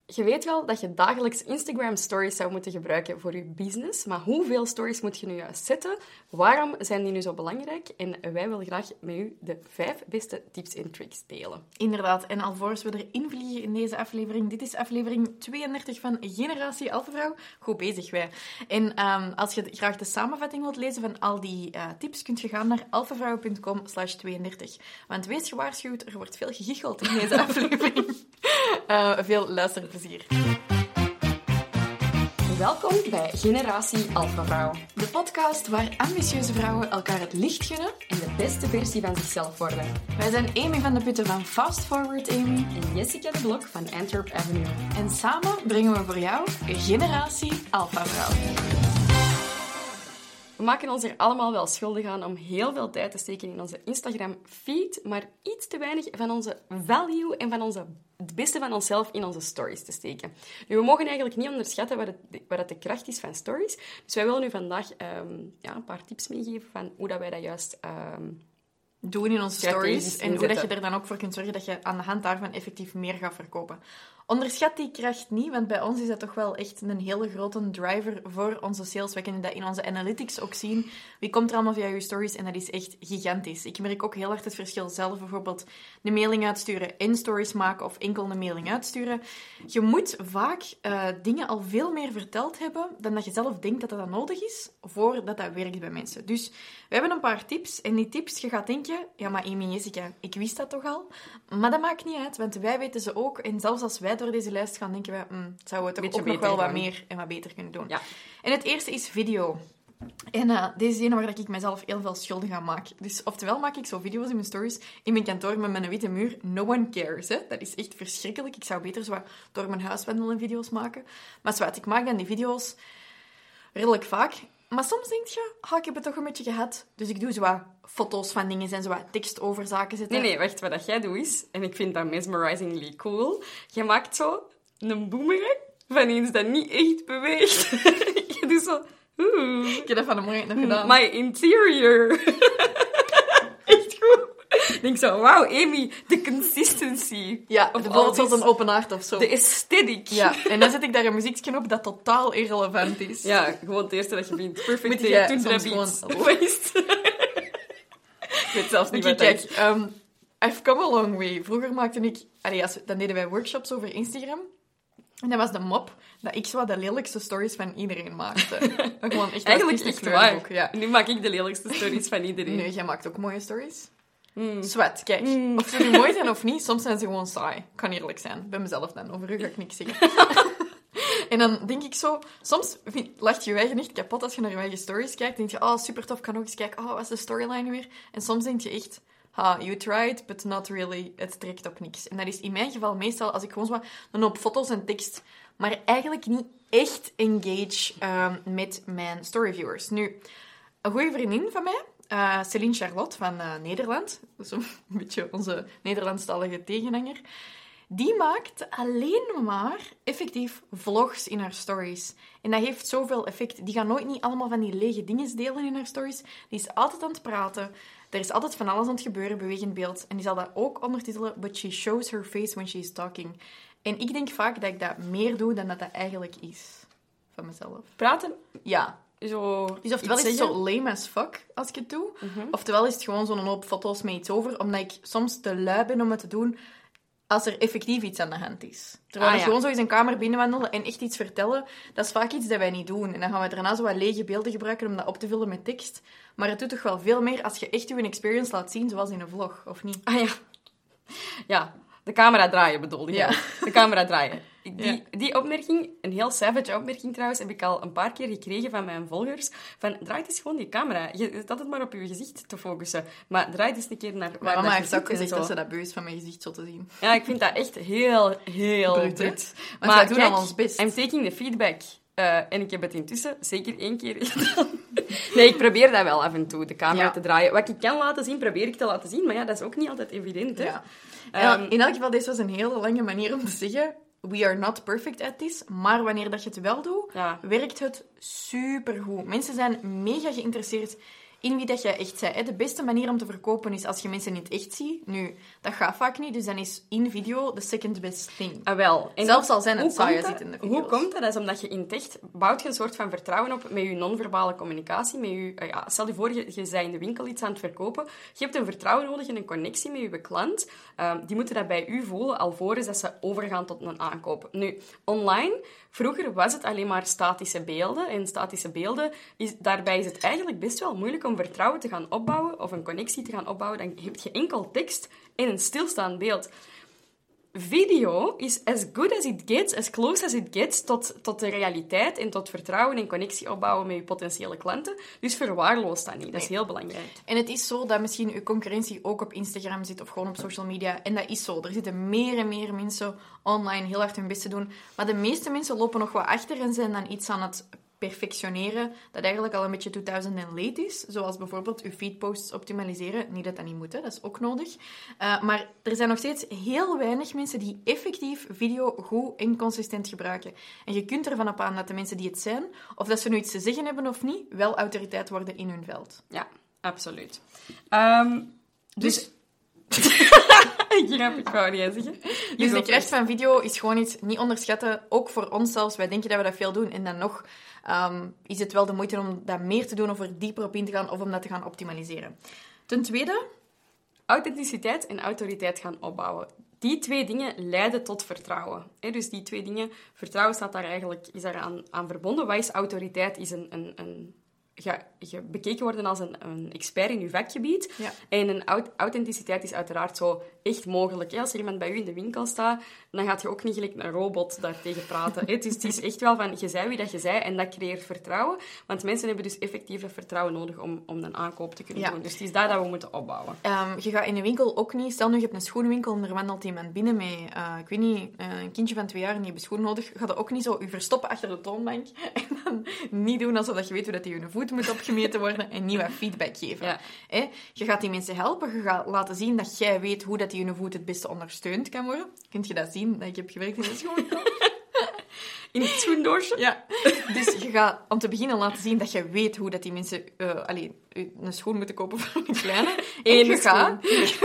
Je weet wel dat je dagelijks Instagram stories zou moeten gebruiken voor je business, maar hoeveel stories moet je nu juist zetten? Waarom zijn die nu zo belangrijk? En wij willen graag met u de 5 beste tips en tricks delen. Inderdaad, en alvorens we erin vliegen in deze aflevering, dit is aflevering 32 van Generatie Alphavrouw. Goed bezig, wij. En als je graag de samenvatting wilt lezen van al die tips, kun je gaan naar alphavrouw.com/32. Want wees gewaarschuwd, er wordt veel gegicheld in deze aflevering. Veel luisterplezier. Welkom bij Generatie Alphavrouw. De podcast waar ambitieuze vrouwen elkaar het licht gunnen En de beste versie van zichzelf worden. Wij zijn Amy van de Putten van Fast Forward Amy En Jessica de Blok van Antwerp Avenue. en samen brengen we voor jou Generatie Alphavrouw. We maken ons er allemaal wel schuldig aan om heel veel tijd te steken in onze Instagram-feed, maar iets te weinig van onze value en van het beste van onszelf in onze stories te steken. Nu, we mogen eigenlijk niet onderschatten wat het de kracht is van stories. Dus wij willen u vandaag een paar tips meegeven van hoe dat wij dat juist... doen in onze Strategisch stories en hoe dat je inzetten. er dan ook voor kunt zorgen dat je aan de hand daarvan effectief meer gaat verkopen. Onderschat die kracht niet, want bij ons is dat toch wel echt een hele grote driver voor onze sales. We kunnen dat in onze analytics ook zien. Wie komt er allemaal via je stories? En dat is echt gigantisch. Ik merk ook heel hard het verschil zelf. Bijvoorbeeld een mailing uitsturen en stories maken of enkel een mailing uitsturen. Je moet vaak dingen al veel meer verteld hebben dan dat je zelf denkt dat dat nodig is, voordat dat werkt bij mensen. Dus we hebben een paar tips. En die tips, je gaat denken, ja maar Amy en Jessica, ik wist dat toch al? Maar dat maakt niet uit, want wij weten ze ook. En zelfs als wij door deze lijst gaan, denken wij, zouden we toch Beetje ook nog beter wel wat gaan. meer en wat beter kunnen doen. Ja. En het eerste is video. En deze is een waar ik mezelf heel veel schuldig aan maak. Dus oftewel maak ik zo video's in mijn stories in mijn kantoor met mijn witte muur. No one cares, hè. Dat is echt verschrikkelijk. Ik zou beter zo wat door mijn huis wandelen en video's maken. Maar zwart, ik maak dan die video's redelijk vaak. Maar soms denk je, ik heb het toch een beetje gehad. Dus ik doe zo wat foto's van dingen en zo wat tekst over zaken zetten. Nee, wacht. Wat dat jij doet is, en ik vind dat mesmerizingly cool, je maakt zo een boomerang van iets dat niet echt beweegt. Je doet zo... Ik heb dat van de morgen nog gedaan. My interior. Echt goed. Ik denk zo, wauw, Amy, de consistency. Ja, Of bijvoorbeeld all zoals this- een open haard of zo. De aesthetic. Ja, en dan zet ik daar een muziekje op dat totaal irrelevant is. Ja, gewoon het eerste dat je vindt. Perfect Moet day, jij toen soms beats. gewoon- Wat is het? Ik weet zelfs niet Oké, wat dat kijk, is. I've come a long way. Vroeger maakte ik... dan deden wij workshops over Instagram. En dat was de mop dat ik zo de lelijkste stories van iedereen maakte. Gewoon echt Eigenlijk artistiek echt waar. kleurboek, ja. Nu maak ik de lelijkste stories van iedereen. Nee, jij maakt ook mooie stories. Zwart, kijk. Of ze nu mooi zijn of niet, soms zijn ze gewoon saai. Kan eerlijk zijn. Bij mezelf dan. Over u ga ik niks zeggen. En dan denk ik zo... Soms lacht je eigen echt kapot als je naar je eigen stories kijkt. Dan denk je, super tof, kan ook eens kijken. Wat is de storyline weer? En soms denk je echt... you tried, but not really. Het trekt op niks. En dat is in mijn geval meestal als ik gewoon zo een hoop foto's en tekst, maar eigenlijk niet echt engage met mijn storyviewers. Nu, een goede vriendin van mij, Céline Charlotte van Nederland, dus een beetje onze Nederlandstalige tegenhanger, die maakt alleen maar effectief vlogs in haar stories. En dat heeft zoveel effect. Die gaat nooit niet allemaal van die lege dingen delen in haar stories. Die is altijd aan het praten. Er is altijd van alles aan het gebeuren, bewegend beeld. En die zal dat ook ondertitelen, but she shows her face when she's talking. En ik denk vaak dat ik dat meer doe dan dat eigenlijk is. Van mezelf. Praten, Ja. zo... Dus oftewel is het zeggen. zo lame as fuck als ik het doe. Oftewel is het gewoon zo'n hoop foto's met iets over, omdat ik soms te lui ben om het te doen als er effectief iets aan de hand is. Terwijl we gewoon zo eens een kamer binnenwandelen en echt iets vertellen, dat is vaak iets dat wij niet doen. En dan gaan we daarna zo wat lege beelden gebruiken om dat op te vullen met tekst. Maar het doet toch wel veel meer als je echt je experience laat zien, zoals in een vlog, of niet? Ah ja. Ja, de camera draaien bedoel je. Ja. De camera draaien. Ja. Die opmerking, een heel savage opmerking trouwens, heb ik al een paar keer gekregen van mijn volgers. Van, draai eens gewoon die camera. Je zit altijd maar op je gezicht te focussen. Maar draai eens een keer naar waar Mijn mama dat je heeft ook zit en gezegd zo. dat ze dat beu is van mijn gezicht zo te zien. Ja, ik vind dat echt heel Bruut, hè? brut. Maar wij doen al ons best. I'm taking the feedback. En ik heb het intussen zeker 1 keer gedaan. Nee, ik probeer dat wel af en toe, de camera Ja. te draaien. Wat ik kan laten zien, probeer ik te laten zien. Maar ja, dat is ook niet altijd evident, hè. Ja. In elk geval, deze was een hele lange manier om te zeggen... We are not perfect at this, maar wanneer dat je het wel doet, Ja. werkt het supergoed. Mensen zijn mega geïnteresseerd in wie dat jij echt bent. Hè. De beste manier om te verkopen is als je mensen in het echt ziet. Nu, dat gaat vaak niet, dus dan is in video de second best thing. Wel. En zelfs al zijn het saaie zit in de video's. Hoe komt dat? Dat is omdat je in het echt bouwt je een soort van vertrouwen op met je non-verbale communicatie. Met je, stel je voor, je bent in de winkel iets aan het verkopen. Je hebt een vertrouwen nodig en een connectie met je klant. Die moeten dat bij u voelen, alvorens dat ze overgaan tot een aankoop. Nu, online, vroeger was het alleen maar statische beelden. En statische beelden, daarbij is het eigenlijk best wel moeilijk om vertrouwen te gaan opbouwen of een connectie te gaan opbouwen. Dan heb je enkel tekst en een stilstaand beeld. Video is as good as it gets, as close as it gets tot de realiteit en tot vertrouwen en connectie opbouwen met je potentiële klanten. Dus verwaarloos dat niet. Dat is heel belangrijk. En het is zo dat misschien uw concurrentie ook op Instagram zit of gewoon op social media. En dat is zo. Er zitten meer en meer mensen online heel hard hun best te doen. Maar de meeste mensen lopen nog wat achter en zijn dan iets aan het perfectioneren dat eigenlijk al een beetje 2000 en late is. Zoals bijvoorbeeld uw feedposts optimaliseren. Niet dat dat niet moet, hè. Dat is ook nodig. Maar er zijn nog steeds heel weinig mensen die effectief video goed en consistent gebruiken. En je kunt ervan op aan dat de mensen die het zijn, of dat ze nu iets te zeggen hebben of niet, wel autoriteit worden in hun veld. Ja, absoluut. Dus... Ik wou niet zeggen. Dus de kracht van video is gewoon iets niet onderschatten. Ook voor ons zelfs. Wij denken dat we dat veel doen. En dan nog is het wel de moeite om dat meer te doen of er dieper op in te gaan of om dat te gaan optimaliseren. Ten tweede... Authenticiteit en autoriteit gaan opbouwen. Die twee dingen leiden tot vertrouwen. Dus die twee dingen... Vertrouwen is daar aan verbonden. Wat is autoriteit? Is je bekeken worden als een expert in je vakgebied. Ja. En een authenticiteit is uiteraard zo echt mogelijk. Als er iemand bij u in de winkel staat, dan gaat je ook niet gelijk een robot daartegen praten. Dus het is echt wel van, je zei wie dat je zei, en dat creëert vertrouwen. Want mensen hebben dus effectief dat vertrouwen nodig om een aankoop te kunnen doen. Dus het is daar dat we moeten opbouwen. Je gaat in een winkel ook niet... Stel nu, je hebt een schoenenwinkel en er wandelt iemand binnen met, ik weet niet, een kindje van 2 jaar en die heeft schoen nodig. Ga je ook niet zo je verstoppen achter de toonbank en dan niet doen alsof je weet hoe dat die hun voet moet opgemeten worden en niet wat feedback geven. Ja. Je gaat die mensen helpen, je gaat laten zien dat jij weet hoe dat die hun voet het beste ondersteund kan worden. Kunt je dat zien, dat ik heb gewerkt in de schoenwinkel? In het schoendoosje? Ja. Dus je gaat om te beginnen laten zien dat je weet hoe dat die mensen een schoen moeten kopen voor een kleine. En je gaat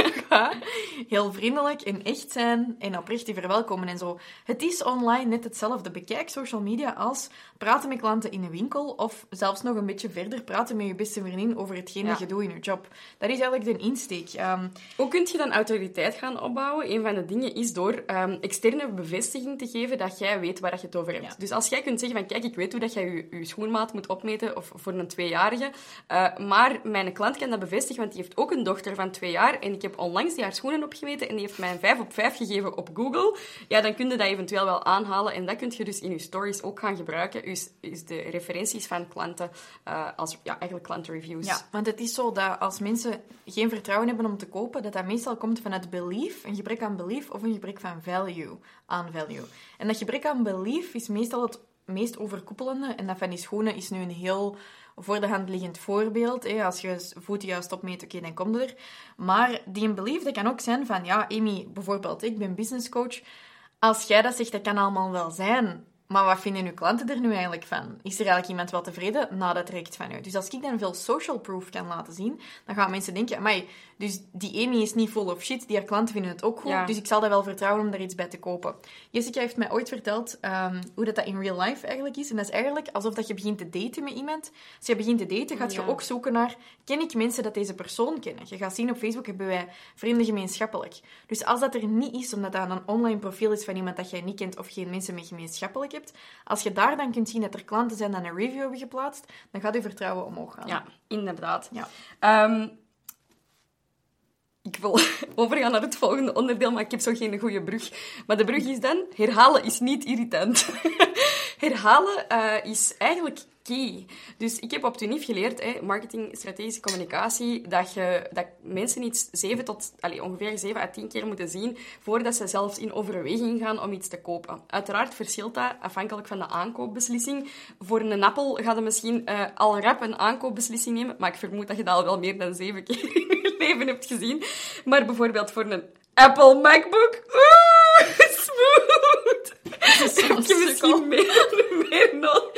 heel vriendelijk en echt zijn en oprecht die verwelkomen en zo. Het is online net hetzelfde. Bekijk social media als praten met klanten in een winkel of zelfs nog een beetje verder praten met je beste vriendin over hetgeen dat je doet in je job. Dat is eigenlijk de insteek. Hoe kun je dan autoriteit gaan opbouwen? Een van de dingen is door externe bevestiging te geven dat jij weet waar je het over hebt. Ja. Dus als jij kunt zeggen van kijk, ik weet hoe dat jij je schoenmaat moet opmeten of voor een 2-jarige, maar mijn klant kan dat bevestigen, want die heeft ook een dochter van 2 jaar en ik heb onlangs die haar schoenen opgemeten en die heeft mij een 5 op 5 gegeven op Google. Ja, dan kun je dat eventueel wel aanhalen en dat kun je dus in je stories ook gaan gebruiken. Dus de referenties van klanten als eigenlijk klantenreviews. Ja, want het is zo dat als mensen geen vertrouwen hebben om te kopen, dat meestal komt vanuit belief, een gebrek aan belief of een gebrek van value aan value. En dat gebrek aan belief is meestal het meest overkoepelende en dat van die schoenen is nu een heel voor de hand liggend voorbeeld. Als je voeten juist opmeet, oké, dan komt er. Maar die een belief, dat kan ook zijn van, ja, Amy, bijvoorbeeld, ik ben business coach. Als jij dat zegt, dat kan allemaal wel zijn. Maar wat vinden uw klanten er nu eigenlijk van? Is er eigenlijk iemand wel tevreden? Nou, dat trekt van u. Dus als ik dan veel social proof kan laten zien, dan gaan mensen denken, amai, dus die Amy is niet full of shit, die haar klanten vinden het ook goed, dus ik zal dat wel vertrouwen om daar iets bij te kopen. Jessica heeft mij ooit verteld hoe dat in real life eigenlijk is. En dat is eigenlijk alsof dat je begint te daten met iemand. Als je begint te daten, gaat je ook zoeken naar, ken ik mensen dat deze persoon kennen? Je gaat zien op Facebook, hebben wij vrienden gemeenschappelijk. Dus als dat er niet is, omdat dat een online profiel is van iemand dat jij niet kent of geen mensen mee gemeenschappelijk hebt, als je daar dan kunt zien dat er klanten zijn die een review hebben geplaatst, dan gaat je vertrouwen omhoog gaan. Ja, inderdaad. Ja. Ik wil overgaan naar het volgende onderdeel, maar ik heb zo geen goede brug. Maar de brug is dan, herhalen is niet irritant. Herhalen is eigenlijk key. Dus ik heb op TUNIF geleerd, marketing, strategische communicatie, dat mensen iets ongeveer 7 à 10 keer moeten zien voordat ze zelfs in overweging gaan om iets te kopen. Uiteraard verschilt dat afhankelijk van de aankoopbeslissing. Voor een appel ga je misschien al rap een aankoopbeslissing nemen, maar ik vermoed dat je dat al wel meer dan 7 keer in je leven hebt gezien. Maar bijvoorbeeld voor een Apple MacBook, smooth! Heb je misschien meer nodig? Ik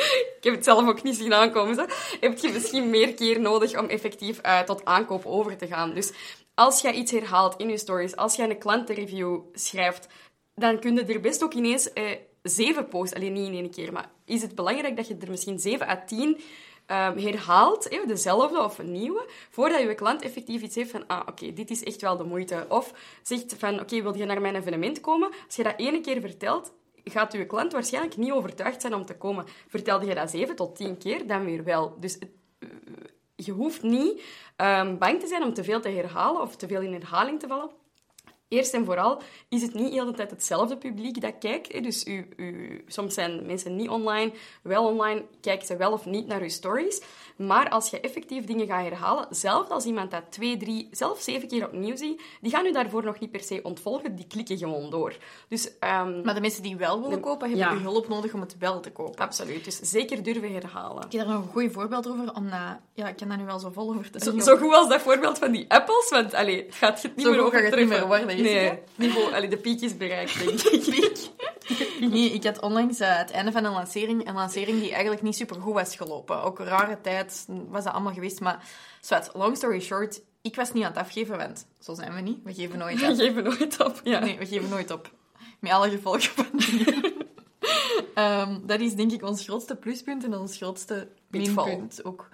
heb het zelf ook niet zien aankomen. Zo. Heb je misschien meer keer nodig om effectief tot aankoop over te gaan. Dus als jij iets herhaalt in je stories, als jij een klantenreview schrijft, dan kun je er best ook ineens 7 posts, alleen niet in één keer, maar is het belangrijk dat je er misschien 7 à 10 herhaalt, dezelfde of een nieuwe, voordat je klant effectief iets heeft van, oké, dit is echt wel de moeite. Of zegt van, oké, wil je naar mijn evenement komen? Als je dat 1 keer vertelt, gaat je klant waarschijnlijk niet overtuigd zijn om te komen. Vertelde je dat 7 tot 10 keer, dan weer wel. Dus je hoeft niet bang te zijn om te veel te herhalen of te veel in herhaling te vallen. Eerst en vooral is het niet de hele tijd hetzelfde publiek dat kijkt. Dus soms zijn mensen niet online, wel online, kijken ze wel of niet naar je stories. Maar als je effectief dingen gaat herhalen, zelfs als iemand dat 2, 3, zelfs 7 keer opnieuw ziet, die gaan u daarvoor nog niet per se ontvolgen, die klikken gewoon door. Dus, maar de mensen die wel willen kopen, hebben uw hulp nodig om het wel te kopen. Absoluut, dus zeker durven herhalen. Ik heb daar nog een goed voorbeeld over, omdat... Ja, ik kan daar nu wel zo vol over te zeggen. Zo goed als dat voorbeeld van die apples, want het gaat je het niet zo meer over over het niet meer worden. Nee, de piek is bereikt, denk ik. Nee, ik had onlangs het einde van een lancering die eigenlijk niet super goed was gelopen. Ook een rare tijd was dat allemaal geweest, maar long story short, ik was niet aan het afgeven, want zo zijn we niet. We geven nooit op. We geven nooit op, ja. Nee, we geven nooit op. Met alle gevolgen van dingen. Dat is denk ik ons grootste pluspunt en ons grootste minpunt ook.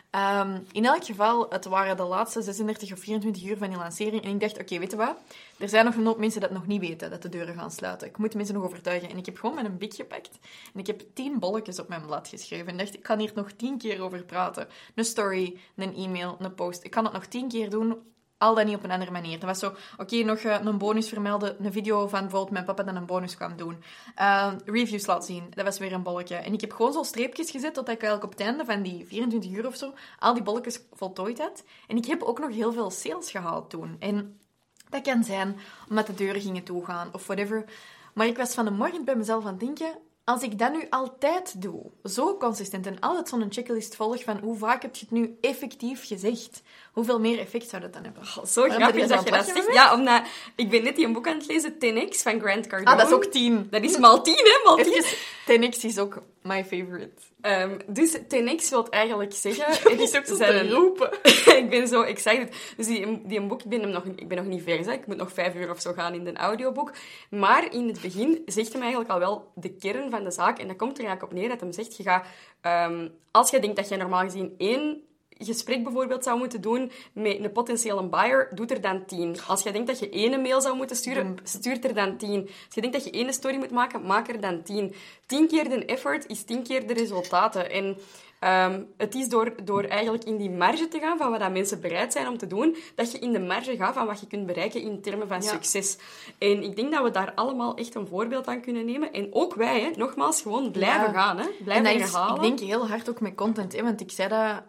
In elk geval, het waren de laatste 36 of 24 uur van die lancering. En ik dacht, oké, weet je wat? Er zijn nog een hoop mensen dat nog niet weten, dat de deuren gaan sluiten. Ik moet mensen nog overtuigen. En ik heb gewoon mijn bik gepakt. En ik heb 10 bolletjes op mijn blad geschreven. En dacht, ik kan hier nog 10 keer over praten. Een story, een e-mail, een post. Ik kan het nog 10 keer doen. Al dan niet op een andere manier. Dat was zo, nog een bonus vermelden. Een video van bijvoorbeeld mijn papa dan een bonus kwam doen. Reviews laten zien. Dat was weer een bolletje. En ik heb gewoon zo streepjes gezet tot ik eigenlijk op het einde van die 24 uur of zo al die bolletjes voltooid had. En ik heb ook nog heel veel sales gehaald toen. En dat kan zijn omdat de deuren gingen toegaan of whatever. Maar ik was van de morgen bij mezelf aan het denken... Als ik dat nu altijd doe, zo consistent en altijd zo'n checklist volg van hoe vaak heb je het nu effectief gezegd, hoeveel meer effect zou dat dan hebben? Zo grappig dat je dat zegt. Ja, omdat ik ben net die een boek aan het lezen, 10x van Grant Cardone. Dat is ook 10. Dat is maal 10, hè? Maal 10. 10x is ook my favorite. Dus 10x wil eigenlijk zeggen... Het is ook zo te roepen. Ik ben zo excited. Dus die een boek, ik ben nog niet ver. Ik moet nog 5 uur of zo gaan in een audioboek. Maar in het begin zegt hem eigenlijk al wel de kern van de zaak. En dat komt er eigenlijk op neer dat hem zegt, je gaat... als je denkt dat je normaal gezien 1 gesprek bijvoorbeeld zou moeten doen met een potentiële buyer, doe er dan 10. Als je denkt dat je 1 mail zou moeten sturen, stuur er dan 10. Als je denkt dat je 1 story moet maken, maak er dan 10. 10 keer de effort is 10 keer de resultaten. En het is door eigenlijk in die marge te gaan van wat dat mensen bereid zijn om te doen, dat je in de marge gaat van wat je kunt bereiken in termen van succes. En ik denk dat we daar allemaal echt een voorbeeld aan kunnen nemen. En ook wij, hè, nogmaals, gewoon blijven gaan. Hè, blijven herhalen. Ik denk heel hard ook met content, hè, want ik zei dat...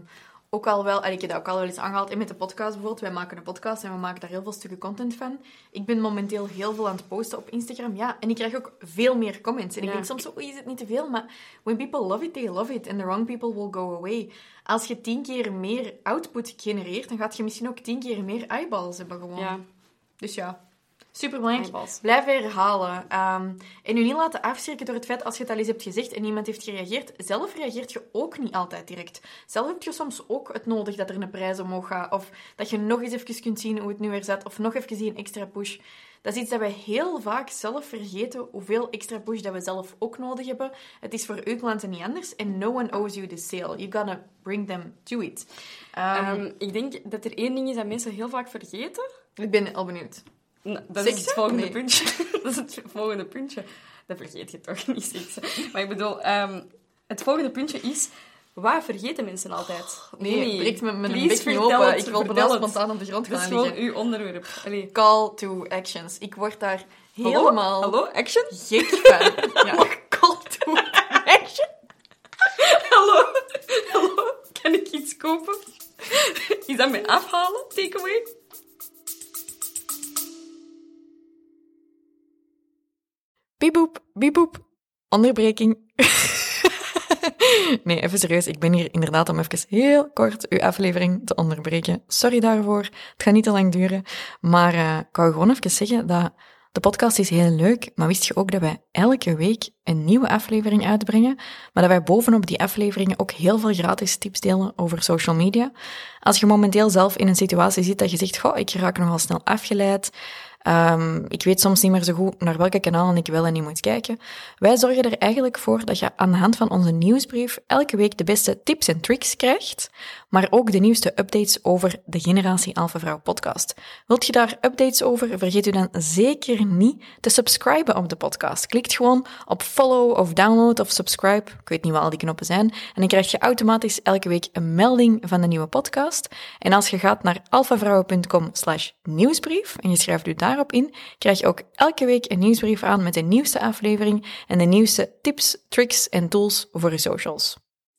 ook al wel, en ik heb dat ook al wel eens aangehaald met de podcast bijvoorbeeld. Wij maken een podcast en we maken daar heel veel stukken content van. Ik ben momenteel heel veel aan het posten op Instagram. Ja, en ik krijg ook veel meer comments. En ik denk soms, is het niet te veel? Maar when people love it, they love it. And the wrong people will go away. Als je 10 keer meer output genereert, dan gaat je misschien ook 10 keer meer eyeballs hebben gewoon. Ja. Dus ja... Superbelangrijk. Blijf herhalen. En je niet laten afschrikken door het feit als je het al eens hebt gezegd en iemand heeft gereageerd. Zelf reageert je ook niet altijd direct. Zelf heb je soms ook het nodig dat er een prijs omhoog gaat. Of dat je nog eens even kunt zien hoe het nu weer zit. Of nog even een extra push. Dat is iets dat we heel vaak zelf vergeten. Hoeveel extra push dat we zelf ook nodig hebben. Het is voor uw klanten niet anders. En no one owes you the sale. You gotta bring them to it. Ik denk dat er 1 ding is dat mensen heel vaak vergeten. Ik ben al benieuwd. Nou, dat is het volgende puntje. Dat is het volgende puntje. Dat vergeet je toch niet, seksen. Maar ik bedoel, het volgende puntje is... Wat vergeten mensen altijd? Nee, breekt me mijn bek open. Ik wil bijna spontaan op de grond gaan liggen. Dat is gewoon uw onderwerp. Allee. Call to actions. Ik word daar helemaal... Hallo? Action? Gek van. Ja. Call to action. Hallo? Kan ik iets kopen? Is dat mijn afhalen? Takeaway? Bieboep, bieboep. Onderbreking. Nee, even serieus. Ik ben hier inderdaad om even heel kort uw aflevering te onderbreken. Sorry daarvoor. Het gaat niet te lang duren. Maar ik wou gewoon even zeggen dat De podcast is heel leuk, maar wist je ook dat wij elke week een nieuwe aflevering uitbrengen, maar dat wij bovenop die afleveringen ook heel veel gratis tips delen over social media? Als je momenteel zelf in een situatie zit dat je zegt, goh, ik raak nogal snel afgeleid, ik weet soms niet meer zo goed naar welke kanalen ik wel en niet moet kijken. Wij zorgen er eigenlijk voor dat je aan de hand van onze nieuwsbrief elke week de beste tips en tricks krijgt, maar ook de nieuwste updates over de Generatie Alpha Vrouw podcast. Wilt je daar updates over? Vergeet u dan zeker niet te subscriben op de podcast. Klikt gewoon op follow of download of subscribe. Ik weet niet wat al die knoppen zijn. En dan krijg je automatisch elke week een melding van de nieuwe podcast. En als je gaat naar alphavrouwen.com/nieuwsbrief en je schrijft u daarop in, krijg je ook elke week een nieuwsbrief aan met de nieuwste aflevering en de nieuwste tips, tricks en tools voor je socials.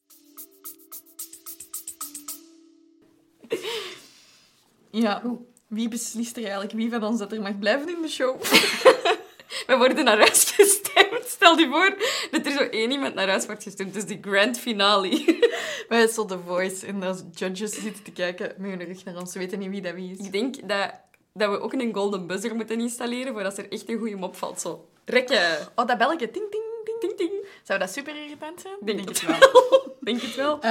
Ja, wie beslist er eigenlijk wie van ons dat er mag blijven in de show? We worden naar huis gestemd. Stel je voor dat er zo één iemand naar huis wordt gestemd. Het is de grand finale. Wij hebben zo The Voice en als judges zitten te kijken met hun rug naar ons. Ze weten niet wie dat wie is. Ik denk dat we ook een golden buzzer moeten installeren voor als er echt een goede mop valt. Zo, rekken. Oh, dat belletje. Ting, ting, ting, Ting, ting. Zou dat super irritant zijn? Denk het wel. Denk het wel.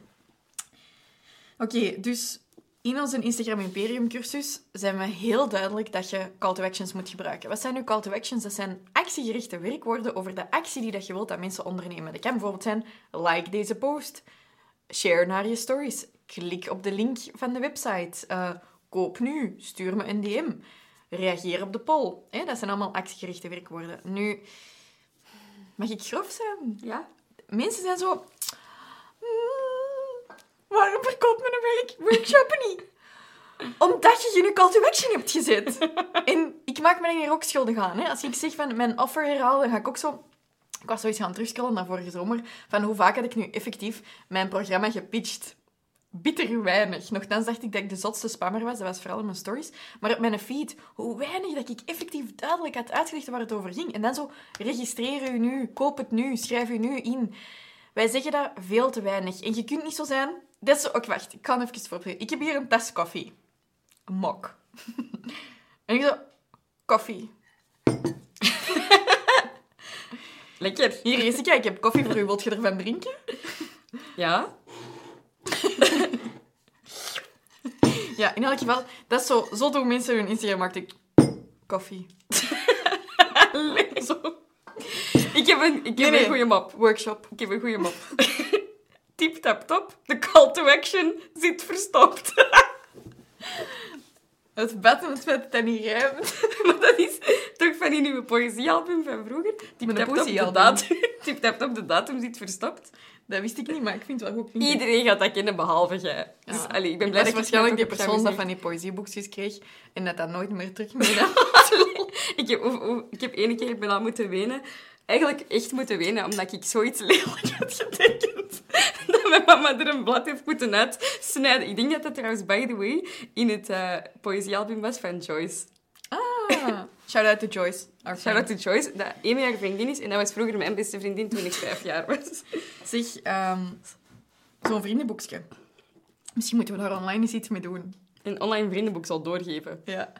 Oké, dus in onze Instagram Imperium cursus zijn we heel duidelijk dat je call to actions moet gebruiken. Wat zijn nu call to actions? Dat zijn actiegerichte werkwoorden over de actie die dat je wilt dat mensen ondernemen. Dat kan bijvoorbeeld zijn, like deze post, share naar je stories, klik op de link van de website, koop nu, stuur me een DM, reageer op de poll. Dat zijn allemaal actiegerichte werkwoorden. Nu, mag ik grof zijn? Ja? Mensen zijn zo... waarom verkoopt men een workshop niet? Omdat je geen call to action hebt gezet. En ik maak me hier ook schuldig aan. Hè. Als ik zeg van mijn offer herhaal, dan ga ik ook zo... Ik was zoiets gaan terugscrollen naar vorige zomer. Van hoe vaak had ik nu effectief mijn programma gepitcht? Bitter weinig. Nochtans dacht ik dat ik de zotste spammer was. Dat was vooral in mijn stories. Maar op mijn feed, hoe weinig dat ik effectief duidelijk had uitgelegd waar het over ging. En dan zo, registreer u nu, koop het nu, schrijf u nu in. Wij zeggen dat veel te weinig. En je kunt niet zo zijn... Dat is zo... Ook wacht, ik kan even voorbeelden. Ik heb hier een tas koffie. Een mok. En ik zo... Koffie. Lekker. Hier, Jessica, ik heb koffie voor u. Wilt je ervan drinken? Ja? Ja, in elk geval, dat is zo... Zo doen mensen hun Instagram maakt ik... Koffie. Zo. Ik heb een goede mop. Workshop. Ik heb een goede mop. Tip, tap, top. De call to action zit verstopt. Het bed en het feit dat dat niet rijmt. Maar dat is toch van die nieuwe poëziealbum van vroeger? Tip, tap, top, de datum. Tip, tap, top, de datum zit verstopt. Dat wist ik niet, maar ik vind het wel goed. Iedereen gaat dat kennen, behalve jij. Dus, Ja. allee, ik ben Ik blij was dat ik waarschijnlijk die het persoon dat heb van die poëzieboekjes kreeg en dat nooit meer terug meedam. ik heb ene keer bijna moeten wenen. Eigenlijk echt moeten wenen, omdat ik zoiets lelijk had getekend. Dat mijn mama er een blad heeft moeten uitsnijden. Ik denk dat dat trouwens, by the way, in het poëziealbum was van Joyce. Ah, shout-out to Joyce. Shout-out to Joyce, dat een jaar vriendin is. En dat was vroeger mijn beste vriendin toen ik 5 jaar was. Zeg, zo'n vriendenboekje. Misschien moeten we daar online eens iets mee doen. Een online vriendenboek zal doorgeven. Ja.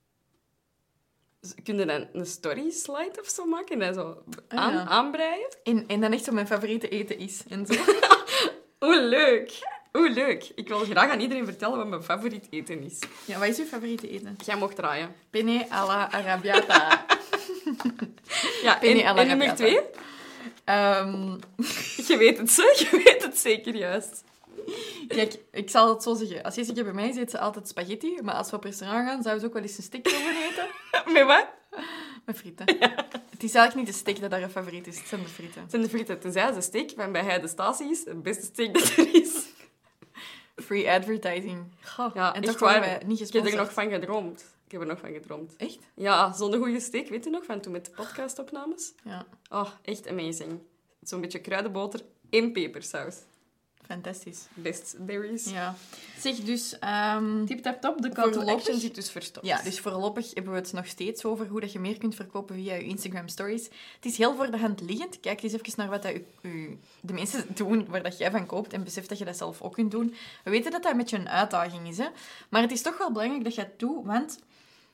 Kun je dan een story slide of zo maken en dat zo Ja. aanbreien? En dan echt zo mijn favoriete eten is. En zo. Hoe leuk! Hoe leuk! Ik wil graag aan iedereen vertellen wat mijn favoriet eten is. Ja, wat is uw favoriete eten? Jij mocht draaien. Penne alla arrabbiata. Ja, Penne alla en nummer arrabbiata. 2? Je weet het, je weet het zeker juist. Kijk, ik zal het zo zeggen. Als Jessica bij mij is, eet ze altijd spaghetti. Maar als we op restaurant gaan, zou ze ook wel eens een steak willen eten. Met wat? Met frieten. Ja. Het is eigenlijk niet de steak dat haar favoriet is. Het zijn de frieten. Het zijn de frieten. Tenzij de steak van bij Heide Statie is het beste steak dat er is. Free advertising. Goh, Ja, en echt toch worden waar. wij niet Ik heb gesponsord. er nog van gedroomd. Ik heb er nog van gedroomd. Echt? Ja, zo'n goede steak, weet je nog, van toen met de podcastopnames? Ja. Oh, echt amazing. Zo'n beetje kruidenboter en pepersaus. Fantastisch. Best there is. Ja. Zeg, dus... Tip tap top, de call to Voorlopig- action zit dus verstopt. Ja, dus voorlopig hebben we het nog steeds over hoe dat je meer kunt verkopen via je Instagram stories. Het is heel voor de hand liggend. Kijk eens even naar wat dat de mensen doen waar dat jij van koopt en besef dat je dat zelf ook kunt doen. We weten dat dat een beetje een uitdaging is, hè? Maar het is toch wel belangrijk dat je het doet, want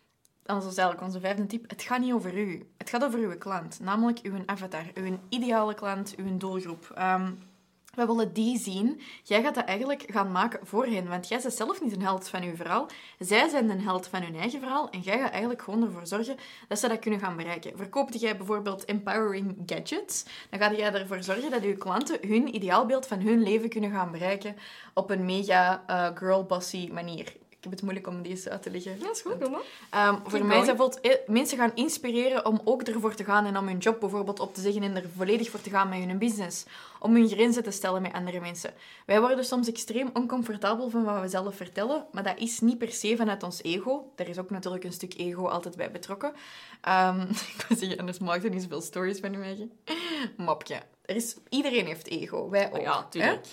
dat is eigenlijk onze 5e tip, het gaat niet over u. Het gaat over uw klant, namelijk uw avatar, uw ideale klant, uw doelgroep. We willen die zien. Jij gaat dat eigenlijk gaan maken voor hen, want jij bent zelf niet een held van uw verhaal. Zij zijn een held van hun eigen verhaal en jij gaat eigenlijk gewoon ervoor zorgen dat ze dat kunnen gaan bereiken. Verkoopte jij bijvoorbeeld empowering gadgets, dan ga jij ervoor zorgen dat uw klanten hun ideaalbeeld van hun leven kunnen gaan bereiken op een mega girl-bossy manier. Ik heb het moeilijk om deze uit te leggen. Ja, is goed, doe voor mij is dat bijvoorbeeld mensen gaan inspireren om ook ervoor te gaan en om hun job bijvoorbeeld op te zeggen en er volledig voor te gaan met hun business. Om hun grenzen te stellen met andere mensen. Wij worden soms extreem oncomfortabel van wat we zelf vertellen, maar dat is niet per se vanuit ons ego. Er is ook natuurlijk een stuk ego altijd bij betrokken. Ik wil zeggen, anders maakt er niet zoveel stories van je eigen. Mopje. Iedereen heeft ego. Wij ook. Ja, tuurlijk.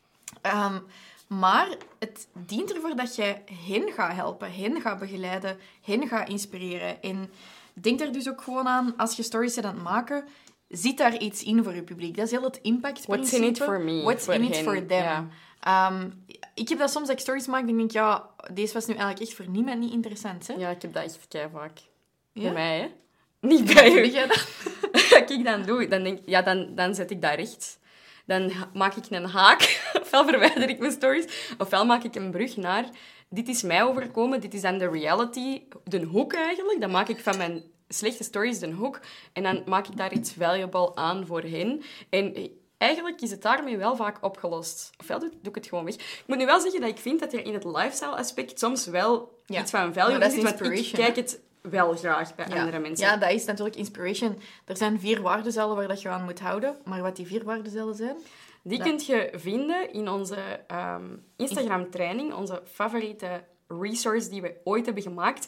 Maar het dient ervoor dat jij hen gaat helpen, hen gaat begeleiden, hen gaat inspireren. En denk daar dus ook gewoon aan, als je stories bent aan het maken, zit daar iets in voor je publiek. Dat is heel het impactprincipe. What's in it for me? What's in it for them? Ja. Ik heb dat soms dat ik stories maak en denk, ja, deze was nu eigenlijk echt voor niemand niet interessant. Hè? Ja, ik heb dat echt vaak. Ja? Bij mij, hè? Niet bij Doe u. jij dat? Wat ik dan doe, dan zet ik dat recht. Dan maak ik een haak, ofwel verwijder ik mijn stories, ofwel maak ik een brug naar dit is mij overkomen, dit is dan de reality, de hoek eigenlijk. Dan maak ik van mijn slechte stories de hoek en dan maak ik daar iets valuable aan voor hen. En eigenlijk is het daarmee wel vaak opgelost. Ofwel doe ik het gewoon weg. Ik moet nu wel zeggen dat ik vind dat er in het lifestyle-aspect soms wel iets van value dat is zit, want ik inspiration, kijk het wel graag bij andere mensen. Ja, dat is natuurlijk inspiration. Er zijn 4 waardezuilen waar dat je aan moet houden. Maar wat die 4 waardezuilen zijn... Die kun je vinden in onze Instagram-training, onze favoriete resource die we ooit hebben gemaakt.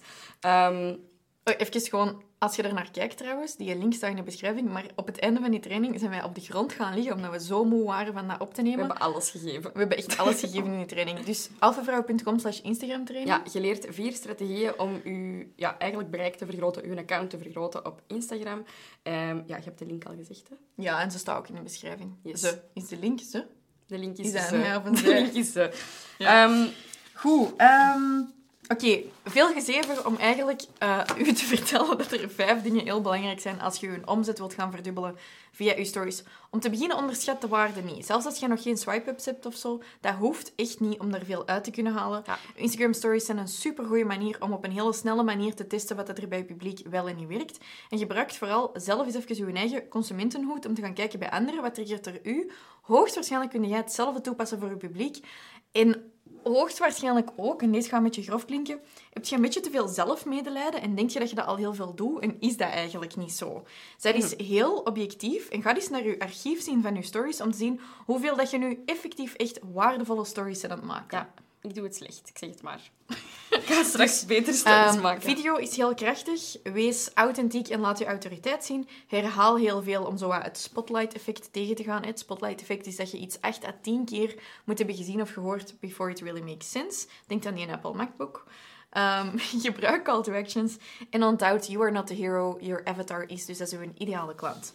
Even gewoon, als je er naar kijkt trouwens, die link staat in de beschrijving, maar op het einde van die training zijn wij op de grond gaan liggen, omdat we zo moe waren van dat op te nemen. We hebben alles gegeven. We hebben echt alles gegeven in die training. Dus alphavrouw.com/Instagram-training. Ja, je leert 4 strategieën om je eigenlijk bereik te vergroten, je account te vergroten op Instagram. Je hebt de link al gezegd, hè? Ja, en ze staat ook in de beschrijving. Yes. Ze. Is de link ze? De link is Is dat ze. een ja of een De zij? link is ze. Ja. Goed. Oké, veel gezever om eigenlijk u te vertellen dat er 5 dingen heel belangrijk zijn als je je omzet wilt gaan verdubbelen via je stories. Om te beginnen, onderschat de waarde niet. Zelfs als je nog geen swipe-ups hebt of zo, dat hoeft echt niet om daar veel uit te kunnen halen. Ja. Instagram stories zijn een supergoeie manier om op een hele snelle manier te testen wat er bij je publiek wel en niet werkt. En gebruik vooral zelf eens even je eigen consumentenhoed om te gaan kijken bij anderen. Wat triggert er u? Hoogstwaarschijnlijk kun jij hetzelfde toepassen voor je publiek. En hoogstwaarschijnlijk ook, en deze gaat een beetje grof klinken, heb je een beetje te veel zelfmedelijden en denk je dat je dat al heel veel doet en is dat eigenlijk niet zo. Zij is heel objectief en ga eens naar je archief zien van je stories om te zien hoeveel dat je nu effectief echt waardevolle stories bent aan het maken. Ja, ik doe het slecht, ik zeg het maar. Ik ga straks beter stories maken. Video is heel krachtig. Wees authentiek en laat je autoriteit zien. Herhaal heel veel om zo wat het spotlight-effect tegen te gaan. Het spotlight-effect is dat je iets 8 à 10 keer moet hebben gezien of gehoord before it really makes sense. Denk aan die Apple MacBook. Gebruik call to actions. En onthoud, you are not the hero, your avatar is. Dus dat is uw ideale klant.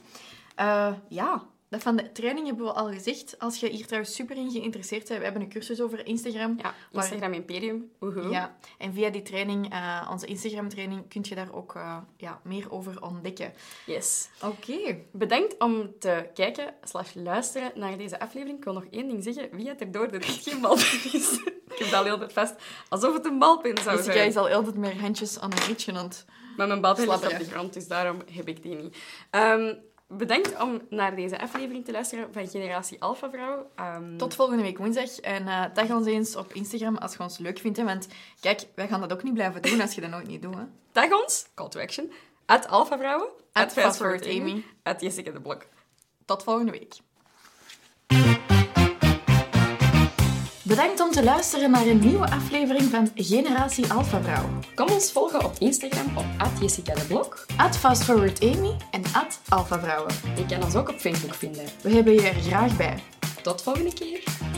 Dat van de training hebben we al gezegd. Als je hier trouwens super in geïnteresseerd bent, we hebben een cursus over Instagram. Ja, Instagram Imperium. Woehoe. Ja, en via die training, onze Instagram-training, kun je daar ook meer over ontdekken. Yes. Oké. Bedankt om te kijken / luisteren naar deze aflevering. Ik wil nog 1 ding zeggen. Wie had er door dat het geen balpen is? Ik heb dat al heel tijd vast. Alsof het een balpen zou zijn. Jij is al altijd meer handjes aan een rietje aan het... Maar mijn balpen ligt op slabberen. de grond, dus daarom heb ik die niet. Bedankt om naar deze aflevering te luisteren van Generatie Alpha Vrouw. Tot volgende week woensdag. En tag ons eens op Instagram als je ons leuk vindt. Hè? Want kijk, wij gaan dat ook niet blijven doen als je dat nooit niet doet. Hè? Tag ons, call to action, @alphavrouwen, @fastforwardamy, @Jessica de Blok. Tot volgende week. Bedankt om te luisteren naar een nieuwe aflevering van Generatie Alpha Vrouw. Kom ons volgen op Instagram op @Jessica de Blok. @fastforwardamy en @alphavrouwen. Je kan ons ook op Facebook vinden. We hebben je er graag bij. Tot volgende keer.